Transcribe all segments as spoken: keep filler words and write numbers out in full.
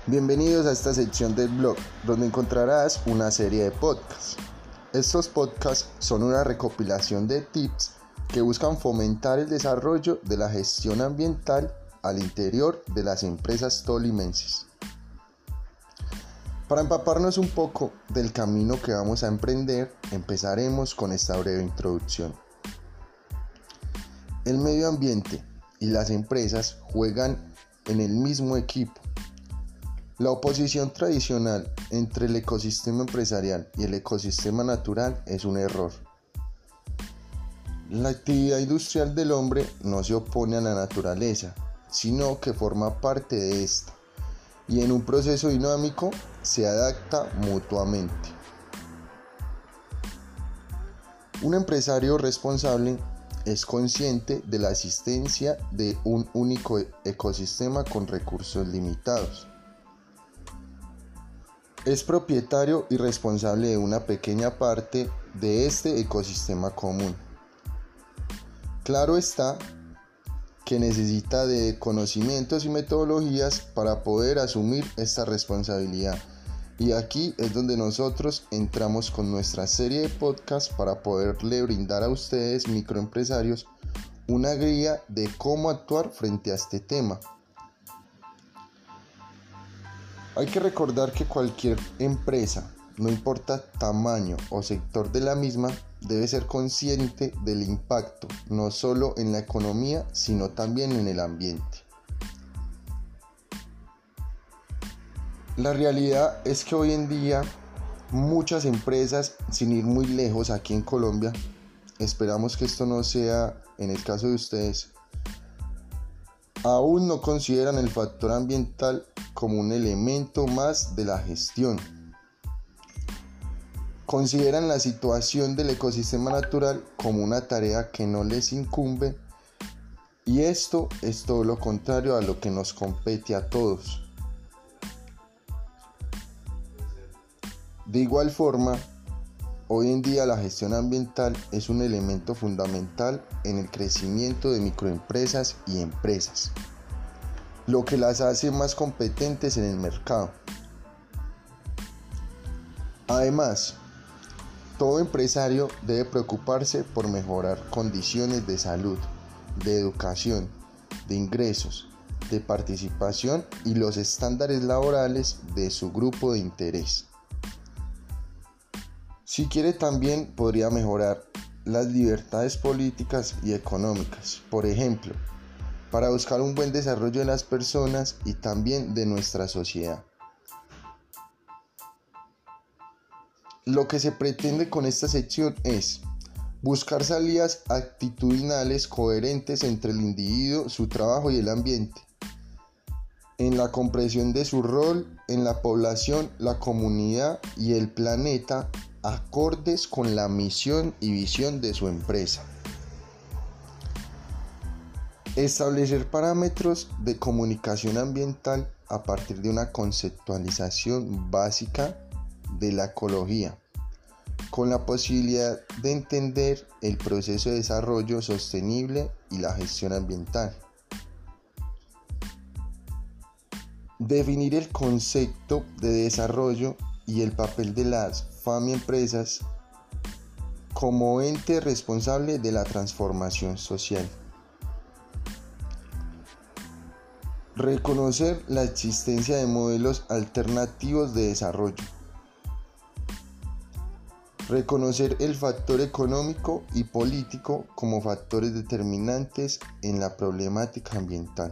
Bienvenidos a esta sección del blog, donde encontrarás una serie de podcasts. Estos podcasts son una recopilación de tips que buscan fomentar el desarrollo de la gestión ambiental al interior de las empresas tolimenses. Para empaparnos un poco del camino que vamos a emprender, empezaremos con esta breve introducción. El medio ambiente y las empresas juegan en el mismo equipo. La oposición tradicional entre el ecosistema empresarial y el ecosistema natural es un error. La actividad industrial del hombre no se opone a la naturaleza, sino que forma parte de esta, y en un proceso dinámico se adapta mutuamente. Un empresario responsable es consciente de la existencia de un único ecosistema con recursos limitados. Es propietario y responsable de una pequeña parte de este ecosistema común. Claro está que necesita de conocimientos y metodologías para poder asumir esta responsabilidad. Y aquí es donde nosotros entramos con nuestra serie de podcasts para poderle brindar a ustedes, microempresarios, una guía de cómo actuar frente a este tema. Hay que recordar que cualquier empresa, no importa tamaño o sector de la misma, debe ser consciente del impacto, no solo en la economía, sino también en el ambiente. La realidad es que hoy en día muchas empresas, sin ir muy lejos aquí en Colombia, esperamos que esto no sea en el caso de ustedes, aún no consideran el factor ambiental como un elemento más de la gestión. Consideran la situación del ecosistema natural como una tarea que no les incumbe, y esto es todo lo contrario a lo que nos compete a todos. De igual forma, hoy en día la gestión ambiental es un elemento fundamental en el crecimiento de microempresas y empresas, lo que las hace más competentes en el mercado. Además, todo empresario debe preocuparse por mejorar condiciones de salud, de educación, de ingresos, de participación y los estándares laborales de su grupo de interés. Si quiere, también podría mejorar las libertades políticas y económicas, por ejemplo, para buscar un buen desarrollo de las personas y también de nuestra sociedad. Lo que se pretende con esta sección es buscar salidas actitudinales coherentes entre el individuo, su trabajo y el ambiente, en la comprensión de su rol en la población, la comunidad y el planeta, acordes con la misión y visión de su empresa. Establecer parámetros de comunicación ambiental a partir de una conceptualización básica de la ecología, con la posibilidad de entender el proceso de desarrollo sostenible y la gestión ambiental. Definir el concepto de desarrollo y el papel de las F A M y empresas como ente responsable de la transformación social. Reconocer la existencia de modelos alternativos de desarrollo. Reconocer el factor económico y político como factores determinantes en la problemática ambiental.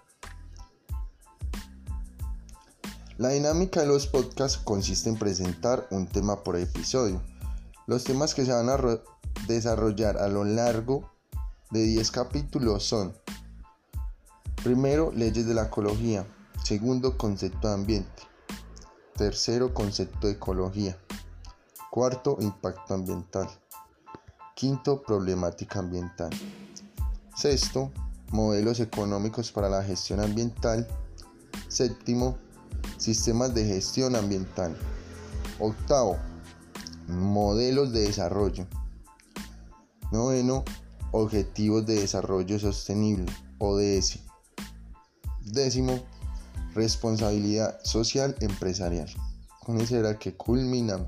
La dinámica de los podcasts consiste en presentar un tema por episodio. Los temas que se van a ro- desarrollar a lo largo de diez capítulos son: primero, leyes de la ecología; segundo, concepto de ambiente; tercero, concepto de ecología; cuarto, impacto ambiental; quinto, problemática ambiental; sexto, modelos económicos para la gestión ambiental; séptimo, sistemas de gestión ambiental; octavo, modelos de desarrollo; noveno, objetivos de desarrollo sostenible, O D S; décimo, responsabilidad social empresarial. Con eso era que culminamos.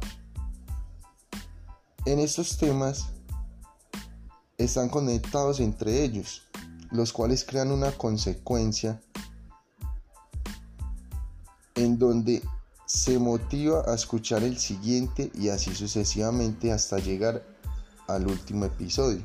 En estos temas están conectados entre ellos, los cuales crean una consecuencia en donde se motiva a escuchar el siguiente y así sucesivamente hasta llegar al último episodio.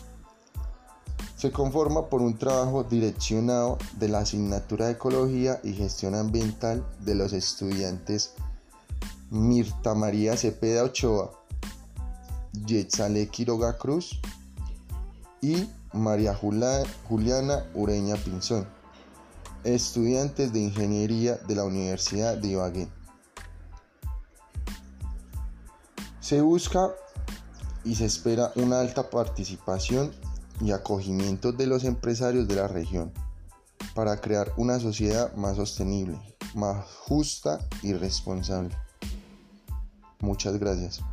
Se conforma por un trabajo direccionado de la asignatura de Ecología y Gestión Ambiental de los estudiantes Mirta María Cepeda Ochoa, Yetzalé Quiroga Cruz y María Juliana Ureña Pinzón, estudiantes de Ingeniería de la Universidad de Ibagué. Se busca y se espera una alta participación y acogimiento de los empresarios de la región para crear una sociedad más sostenible, más justa y responsable. Muchas gracias.